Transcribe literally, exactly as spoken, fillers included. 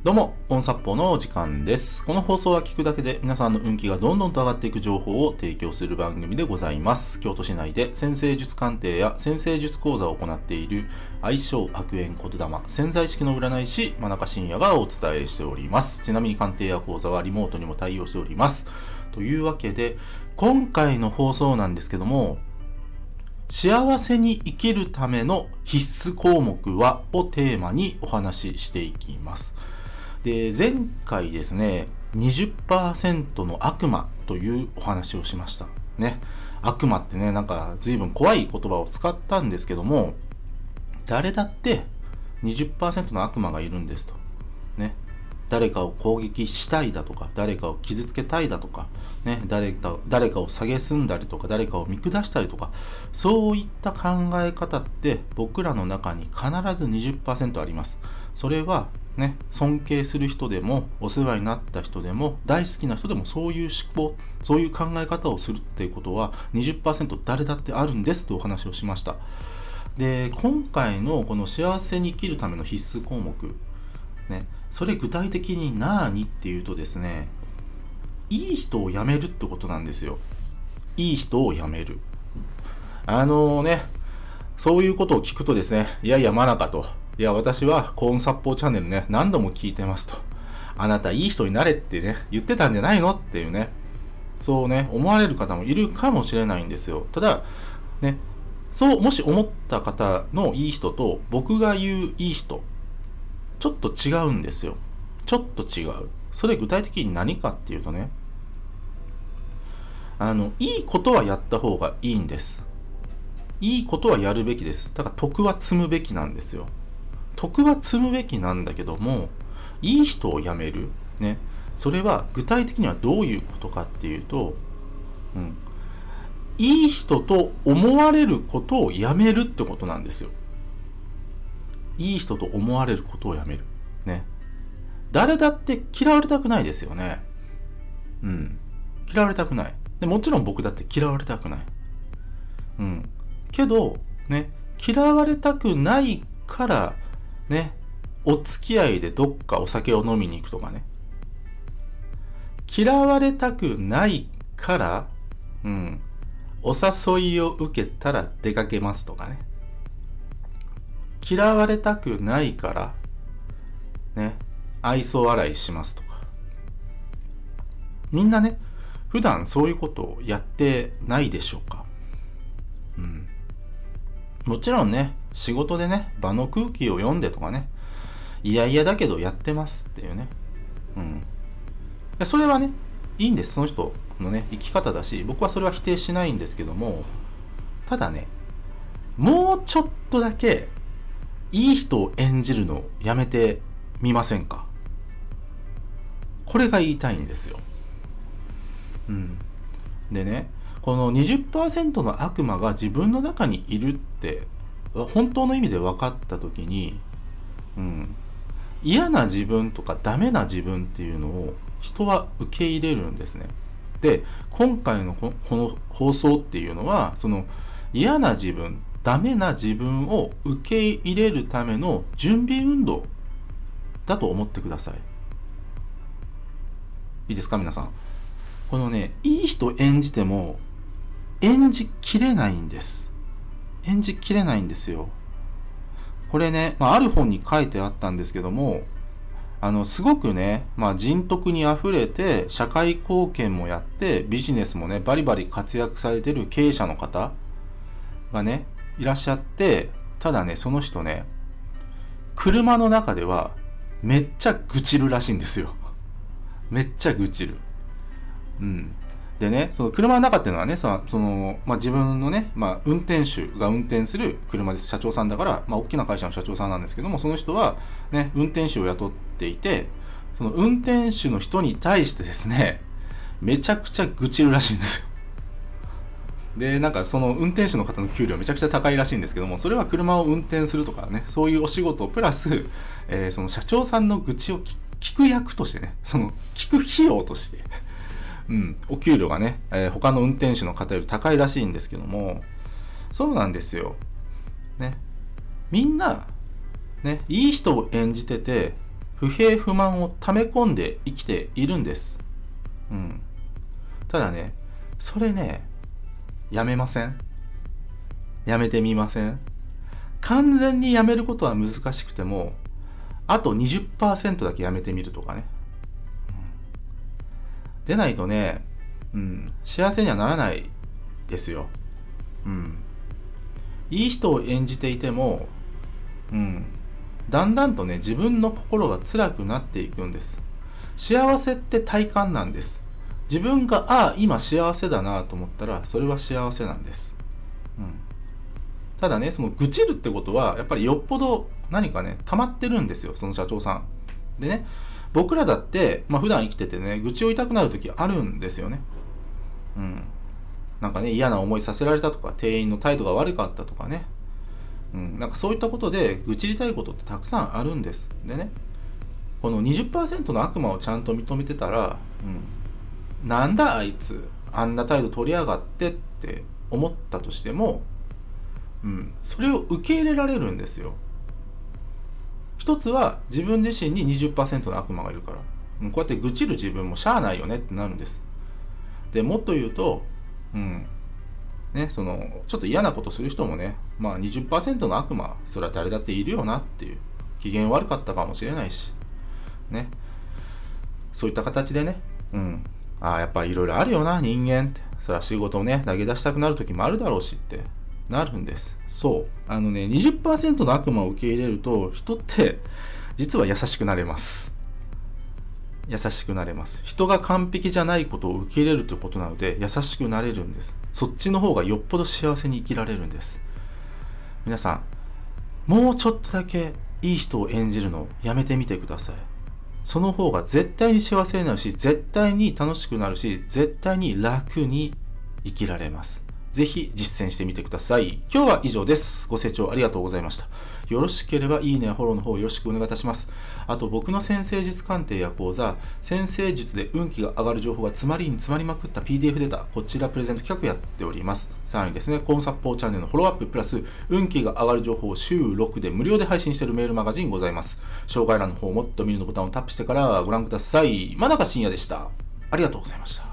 どうも、コンサッポのお時間です。この放送は聞くだけで皆さんの運気がどんどんと上がっていく情報を提供する番組でございます。京都市内で占星術鑑定や占星術講座を行っている愛称悪縁言霊潜在意識の占い師真中信也がお伝えしております。ちなみに鑑定や講座はリモートにも対応しております。というわけで、今回の放送なんですけども、幸せに生きるための必須項目はをテーマにお話ししていきます。で、前回ですね、にじゅっパーセント の悪魔というお話をしました。ね。悪魔ってね、なんか随分怖い言葉を使ったんですけども、誰だって にじゅっパーセント の悪魔がいるんですと。ね。誰かを攻撃したいだとか、誰かを傷つけたいだとか、ね、誰か、誰かを蔑んだりとか、誰かを見下したりとか、そういった考え方って僕らの中に必ず にじゅっパーセント あります。それはね、尊敬する人でも、お世話になった人でも、大好きな人でもそういう思考、そういう考え方をするっていうことは にじゅっパーセント 誰だってあるんですというお話をしました。で、今回のこの幸せに生きるための必須項目、ね、それ具体的に何っていうとですね、いい人を辞めるってことなんですよ。いい人を辞める。あのね、そういうことを聞くとですね、いやいや真中と、いや私はコーンサッポーチャンネルね、何度も聞いてますと。あなたいい人になれってね、言ってたんじゃないのっていうね、そうね、思われる方もいるかもしれないんですよ。ただ、ね、そう、もし思った方のいい人と僕が言ういい人、ちょっと違うんですよ。ちょっと違う。それ具体的に何かっていうとね、あの、いいことはやった方がいいんです。いいことはやるべきです。だから徳は積むべきなんですよ。徳は積むべきなんだけども、いい人を辞める。ね。それは具体的にはどういうことかっていうと、うん。いい人と思われることをやめるってことなんですよ。いい人と思われることをやめる。ね。誰だって嫌われたくないですよね。うん。嫌われたくない。で、もちろん僕だって嫌われたくない。うん。けど、ね、嫌われたくないから、ね、お付き合いでどっかお酒を飲みに行くとかね。嫌われたくないから、うん、お誘いを受けたら出かけますとかね。嫌われたくないから、ね、愛想笑いしますとか。みんなね、普段そういうことをやってないでしょうか。うん。もちろんね、仕事でね、場の空気を読んでとかね、いやいやだけどやってますっていうね。うん。それはね、いいんです。その人のね、生き方だし、僕はそれは否定しないんですけども、ただね、もうちょっとだけ、いい人を演じるのをやめてみませんか？これが言いたいんですよ。うん。でね、この にじゅっパーセント の悪魔が自分の中にいるって本当の意味で分かったときに、うん、嫌な自分とかダメな自分っていうのを人は受け入れるんですね。で、今回のこの放送っていうのは、その嫌な自分、ダメな自分を受け入れるための準備運動だと思ってください。いいですか皆さん。このね、いい人演じても演じきれないんです。演じきれないんですよ。これね、まあ、ある本に書いてあったんですけども、あの、すごくね、まあ、人徳に溢れて、社会貢献もやって、ビジネスもね、バリバリ活躍されてる経営者の方がね、いらっしゃって、ただね、その人ね、車の中では、めっちゃ愚痴るらしいんですよ。めっちゃ愚痴る。うん。でね、その車の中っていうのはね、さ、その、まあ、自分のね、まあ、運転手が運転する車です。社長さんだから、まあ、大きな会社の社長さんなんですけども、その人は、ね、運転手を雇っていて、その運転手の人に対してですね、めちゃくちゃ愚痴るらしいんですよ。で、なんかその運転手の方の給料めちゃくちゃ高いらしいんですけども、それは車を運転するとかね、そういうお仕事プラス、えー、その社長さんの愚痴を聞く役としてね、その聞く費用として、うん、お給料がね、えー、他の運転手の方より高いらしいんですけども、そうなんですよ。ね。みんな、ね、いい人を演じてて、 不平不満を溜め込んで生きているんです。うん。ただね、それね、やめません？やめてみません？完全にやめることは難しくても、あと にじゅっパーセント だけやめてみるとかね。うん、でないとね、うん、幸せにはならないですよ。うん。いい人を演じていても、うん、だんだんとね、自分の心が辛くなっていくんです。幸せって体感なんです。自分が、ああ、今幸せだなと思ったら、それは幸せなんです。うん。ただね、その愚痴るってことは、やっぱりよっぽど何かね、溜まってるんですよ、その社長さん。でね、僕らだって、まあ普段生きててね、愚痴を言いたくなる時あるんですよね。うん。なんかね、嫌な思いさせられたとか、店員の態度が悪かったとかね。うん。なんかそういったことで愚痴りたいことってたくさんあるんです。でね、この にじゅっパーセント の悪魔をちゃんと認めてたら、うん。なんだあいつ、あんな態度取りやがってって思ったとしても、うん、それを受け入れられるんですよ。一つは自分自身に にじゅっパーセント の悪魔がいるから、うん、こうやって愚痴る自分もしゃあないよねってなるんです。でもっと言うと、うんね、そのちょっと嫌なことする人もね、まあ にじゅっパーセント の悪魔、それは誰だっているよなっていう、機嫌悪かったかもしれないしね、そういった形でね、うん、ああやっぱりいろいろあるよな人間って、それは仕事をね投げ出したくなる時もあるだろうしってなるんです。そう。あのね、にじゅっパーセント の悪魔を受け入れると、人って、実は優しくなれます。優しくなれます。人が完璧じゃないことを受け入れるということなので、優しくなれるんです。そっちの方がよっぽど幸せに生きられるんです。皆さん、もうちょっとだけいい人を演じるのをやめてみてください。その方が絶対に幸せになるし、絶対に楽しくなるし、絶対に楽に生きられます。ぜひ実践してみてください。今日は以上です。ご清聴ありがとうございました。よろしければいいねやフォローの方よろしくお願いいたします。あと僕の先生術鑑定や講座、先生術で運気が上がる情報が詰まりに詰まりまくった ピーディーエフ データ、こちらプレゼント企画やっております。さらにですね、コンサッポーチャンネルのフォローアッププラス、運気が上がる情報を週ろくで無料で配信しているメールマガジンございます。紹介欄の方もっと見るのボタンをタップしてからご覧ください。真中深也でした。ありがとうございました。